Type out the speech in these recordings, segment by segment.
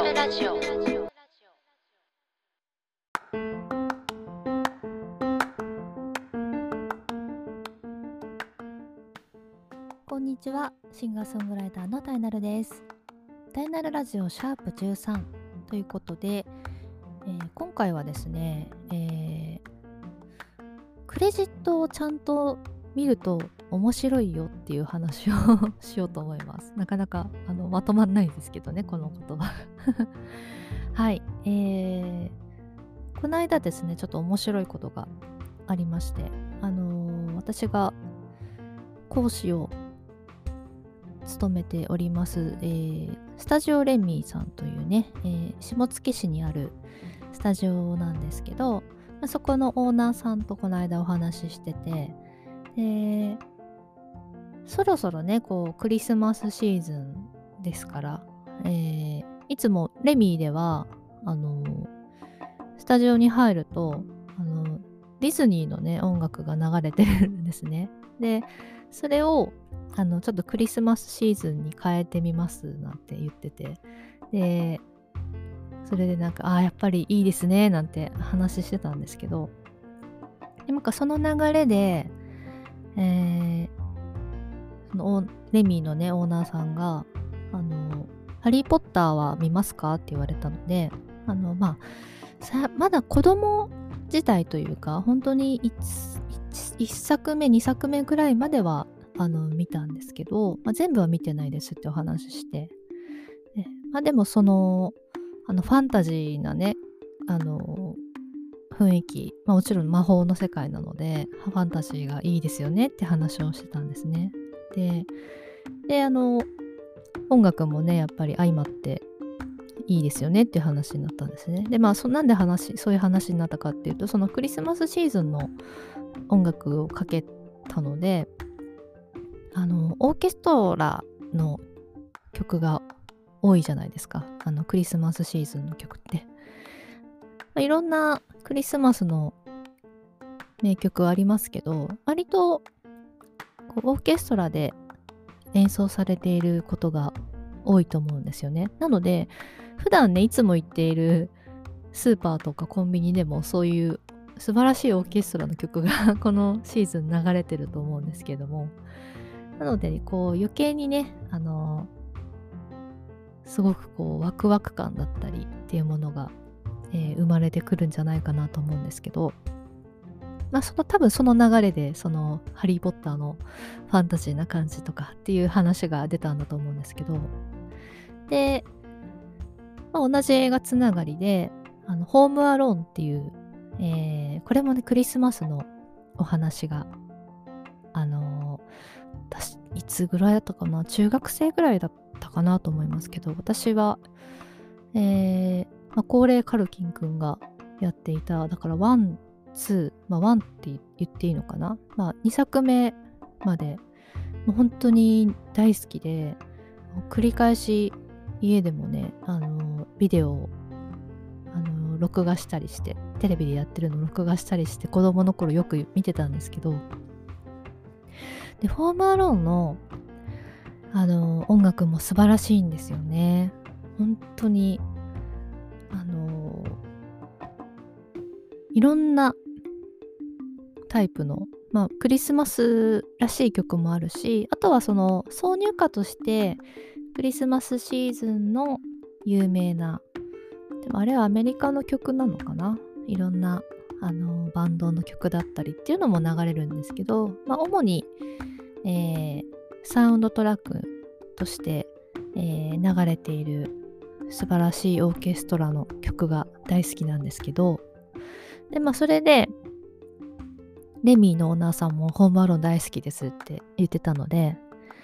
ルラジオ。 こんにちは、シンガーソングライターのタイナルです。タイナルラジオシャープ13ということで、今回はですね、クレジットをちゃんと見ると面白いよっていう話をしようと思います。なかなかまとまんないですけどね、この言葉はい、この間ですね、ちょっと面白いことがありまして、私が講師を務めております、スタジオレミーさんというね、下野市にあるスタジオなんですけど、そこのオーナーさんとこの間お話ししてて、そろそろねこうクリスマスシーズンですから、いつもレミーではスタジオに入るとディズニーのね音楽が流れてるんですね。でそれをちょっとクリスマスシーズンに変えてみますなんて言ってて、でそれでなんかやっぱりいいですねなんて話してたんですけど、でなんかその流れで、そのレミーのねオーナーさんがハリーポッターは見ますかって言われたので、まだ子供自体というか本当に 1作目2作目ぐらいまでは見たんですけど、全部は見てないですってお話しして、でもそのファンタジーなね雰囲気、もちろん魔法の世界なのでファンタジーがいいですよねって話をしてたんですね。で音楽もねやっぱり相まっていいですよねっていう話になったんですね。でなんでそういう話になったかっていうと、そのクリスマスシーズンの音楽をかけたので、オーケストラの曲が多いじゃないですか、クリスマスシーズンの曲って。いろんなクリスマスの名曲ありますけど、割とオーケストラで演奏されていることが多いと思うんですよね。なので普段ねいつも行っているスーパーとかコンビニでもそういう素晴らしいオーケストラの曲がこのシーズン流れてると思うんですけども、なのでこう余計にねすごくこうワクワク感だったりっていうものが、生まれてくるんじゃないかなと思うんですけど、多分その流れでそのハリーポッターのファンタジーな感じとかっていう話が出たんだと思うんですけど、で、同じ映画つながりでホームアローンっていう、これもねクリスマスのお話が私いつぐらいだったかな、中学生ぐらいだったかなと思いますけど、私は、高齢カルキンくんがやっていた、だからワン、ツー、ワンって言っていいのかな、2作目までもう本当に大好きで、繰り返し家でもねビデオを録画したりして、テレビでやってるのを録画したりして子供の頃よく見てたんですけど、でホームアローンの音楽も素晴らしいんですよね。本当にいろんなタイプのクリスマスらしい曲もあるし、あとはその挿入歌としてクリスマスシーズンの有名な、でもあれはアメリカの曲なのかな、いろんなバンドの曲だったりっていうのも流れるんですけど、主に、サウンドトラックとして、流れている素晴らしいオーケストラの曲が大好きなんですけど、でそれでレミーのオーナーさんもホームアローン大好きですって言ってたので、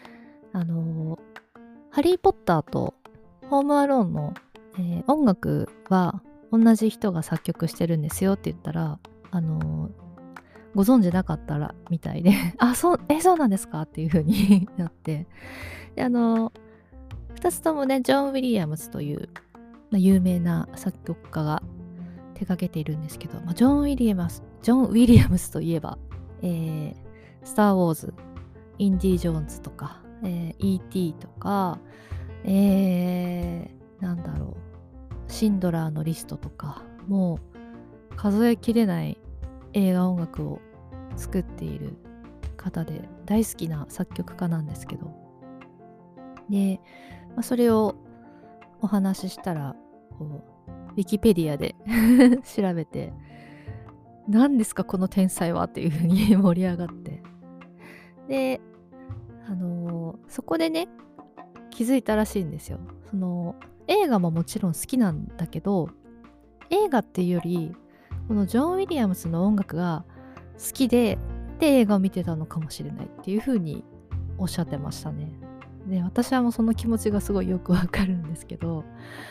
ハリー・ポッターとホームアローンの、音楽は同じ人が作曲してるんですよって言ったら、ご存知なかったらみたいでそうなんですかっていう風になって、で2つともねジョン・ウィリアムズという、有名な作曲家が手掛けているんですけど、ジョン・ウィリアムズといえば、スター・ウォーズ、インディ・ジョーンズとか、E.T. とか、なんだろシンドラーのリストとか、もう数えきれない映画音楽を作っている方で、大好きな作曲家なんですけど、で、それをお話ししたら、こうウィキペディアで調べて、何ですかこの天才はっていう風に盛り上がって、で、そこでね、気づいたらしいんですよ。映画ももちろん好きなんだけど、映画っていうよりこのジョン・ウィリアムスの音楽が好きで映画を見てたのかもしれないっていう風におっしゃってましたね。で、私はもうその気持ちがすごいよくわかるんですけど、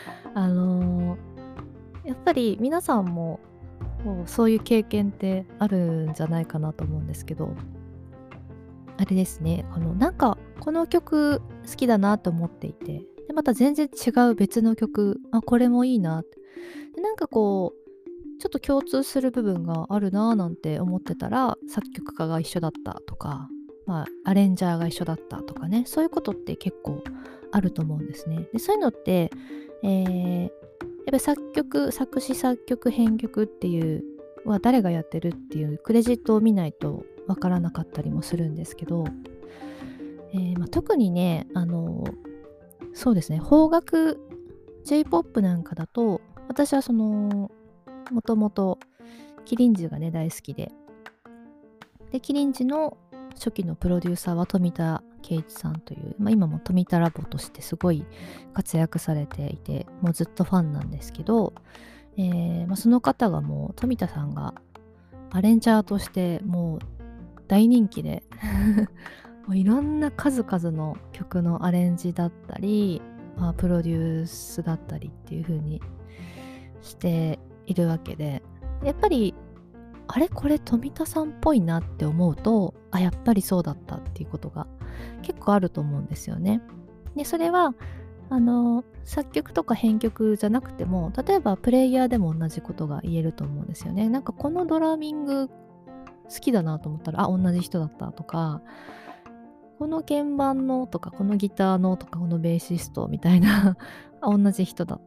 やっぱり皆さんもそういう経験ってあるんじゃないかなと思うんですけど、あれですね、なんかこの曲好きだなと思っていて、でまた全然違う別の曲、これもいいなって、でなんかこうちょっと共通する部分があるななんて思ってたら、作曲家が一緒だったとか、アレンジャーが一緒だったとかね、そういうことって結構あると思うんですね。でそういうのって、やっぱり作詞作曲編曲っていうは誰がやってるっていうクレジットを見ないとわからなかったりもするんですけど、特にね、そうですね、邦楽 J-POP なんかだと、私はもともとキリンジがね大好きで、キリンジの初期のプロデューサーは富田圭一さんという、今も富田ラボとしてすごい活躍されていて、もうずっとファンなんですけど、その方がもう富田さんがアレンジャーとしてもう大人気でもういろんな数々の曲のアレンジだったり、プロデュースだったりっていう風にしているわけで、やっぱりあれこれ富田さんっぽいなって思うと、やっぱりそうだったっていうことが結構あると思うんですよね。でそれは作曲とか編曲じゃなくても、例えばプレイヤーでも同じことが言えると思うんですよね。なんかこのドラミング好きだなと思ったら、同じ人だったとか、この鍵盤のとかこのギターのとかこのベーシストみたいな同じ人だった。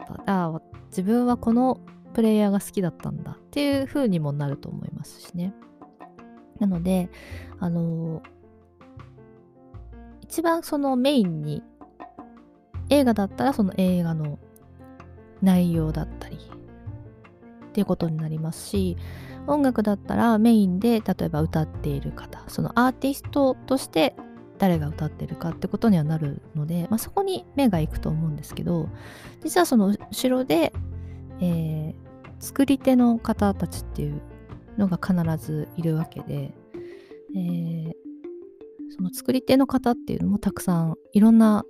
自分はこのプレイヤーが好きだったんだっていう風にもなると思いますしね。なので一番そのメインに、映画だったらその映画の内容だったりっていうことになりますし、音楽だったらメインで例えば歌っている方、そのアーティストとして誰が歌ってるかってことにはなるので、そこに目がいくと思うんですけど、実はその後ろで、作り手の方たちっていうのが必ずいるわけで、その作り手の方っていうのもたくさんいろんな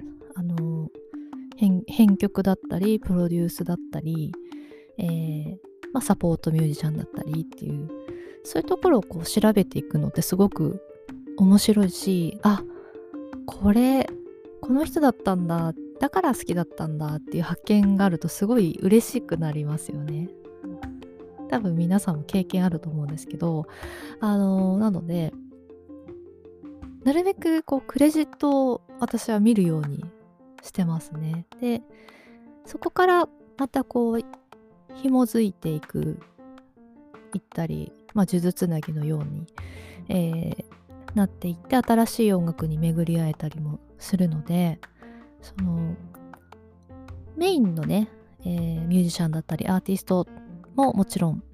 編曲だったりプロデュースだったり、サポートミュージシャンだったりっていう、そういうところをこう調べていくのってすごく面白いし、この人だったんだ、だから好きだったんだっていう発見があるとすごい嬉しくなりますよね。多分皆さんも経験あると思うんですけど、なのでなるべくこうクレジットを私は見るようにしてますね。でそこからまたこう紐づいていったり、呪術つなぎのように、なっていって、新しい音楽に巡り合えたりもするので、そのメインのね、ミュージシャンだったりアーティストももちろん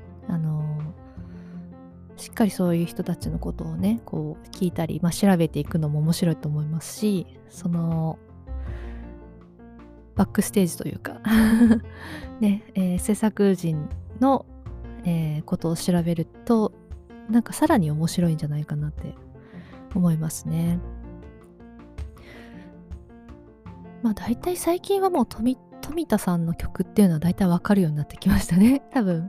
しっかりそういう人たちのことをねこう聞いたり、調べていくのも面白いと思いますし、そのバックステージというかね、制作陣の、ことを調べるとなんかさらに面白いんじゃないかなって思いますね。だいたい最近はもう富田さんの曲っていうのはだいたいわかるようになってきましたね。多分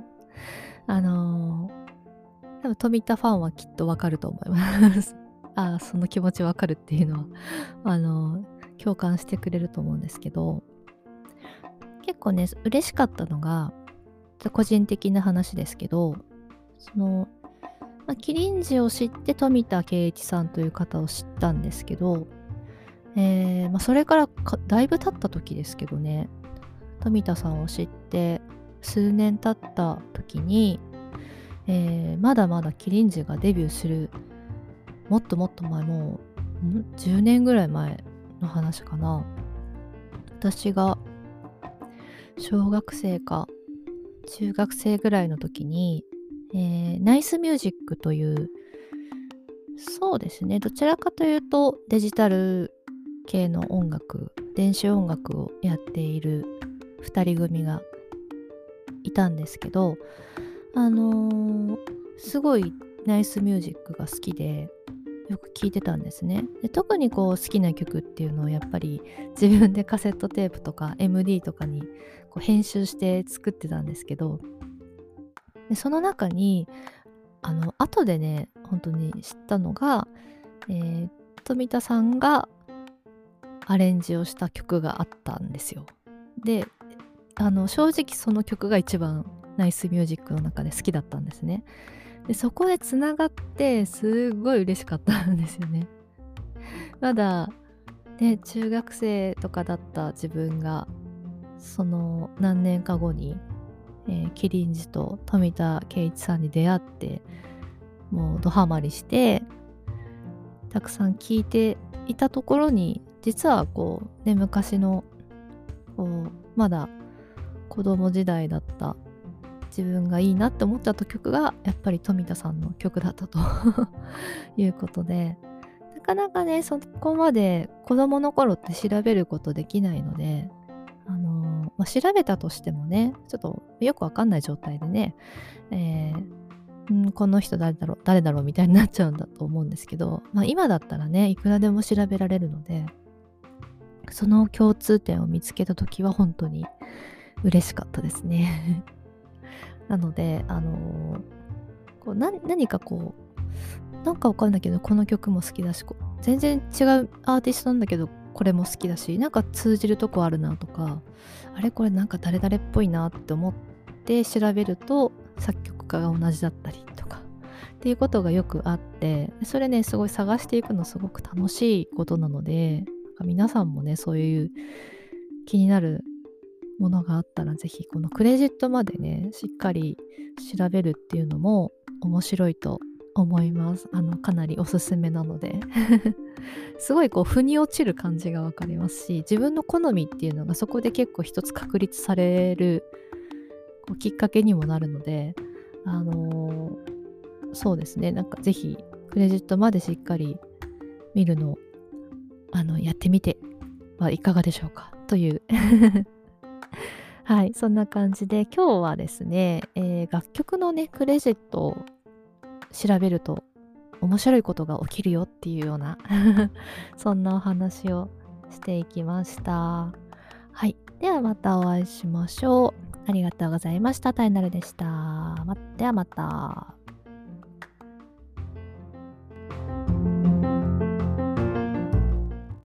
富田ファンはきっとわかると思います。その気持ちわかるっていうのは共感してくれると思うんですけど、結構ね嬉しかったのが、個人的な話ですけど、キリンジを知って富田圭一さんという方を知ったんですけど、それからだいぶ経った時ですけどね、 富田さんを知って数年経った時に、まだまだキリンジがデビューするもっともっと前、もう10年ぐらい前の話かな。私が小学生か中学生ぐらいの時に、ナイスミュージックという、そうですね、どちらかというとデジタル系の音楽、電子音楽をやっている2人組がいたんですけど、すごいナイスミュージックが好きでよく聴いてたんですね。で、特にこう好きな曲っていうのをやっぱり自分でカセットテープとか MD とかにこう編集して作ってたんですけど、でその中に後でね本当に知ったのが、富田さんがアレンジをした曲があったんですよ。で、正直その曲が一番ナイスミュージックの中で好きだったんですね。で、そこでつながってすごい嬉しかったんですよね。まだね、中学生とかだった自分がその何年か後に、キリンジと富田圭一さんに出会ってもうドハマりしてたくさん聴いていたところに、実はこうね、昔のこうまだ子供時代だった自分がいいなって思っちゃった曲がやっぱり富田さんの曲だったということで、なかなかねそこまで子供の頃って調べることできないので、調べたとしてもねちょっとよくわかんない状態でね、この人誰だろうみたいになっちゃうんだと思うんですけど、今だったらねいくらでも調べられるので、その共通点を見つけた時は本当に嬉しかったですねなのでこう何かこうなんかわかんないけどこの曲も好きだし、全然違うアーティストなんだけどこれも好きだし、なんか通じるとこあるなとか、あれこれなんか誰々っぽいなって思って調べると作曲家が同じだったりとかっていうことがよくあって、それねすごい探していくのすごく楽しいことなので、皆さんもねそういう気になるものがあったらぜひこのクレジットまでねしっかり調べるっていうのも面白いと思います。かなりおすすめなのですごいこう腑に落ちる感じがわかりますし、自分の好みっていうのがそこで結構一つ確立されるこうきっかけにもなるので、そうですね、なんかぜひクレジットまでしっかり見るのをやってみてはいかがでしょうかというはい、そんな感じで今日はですね、楽曲のねクレジットを調べると面白いことが起きるよっていうようなそんなお話をしていきました。はい、ではまたお会いしましょう。ありがとうございました。タイナルでした。ではまた。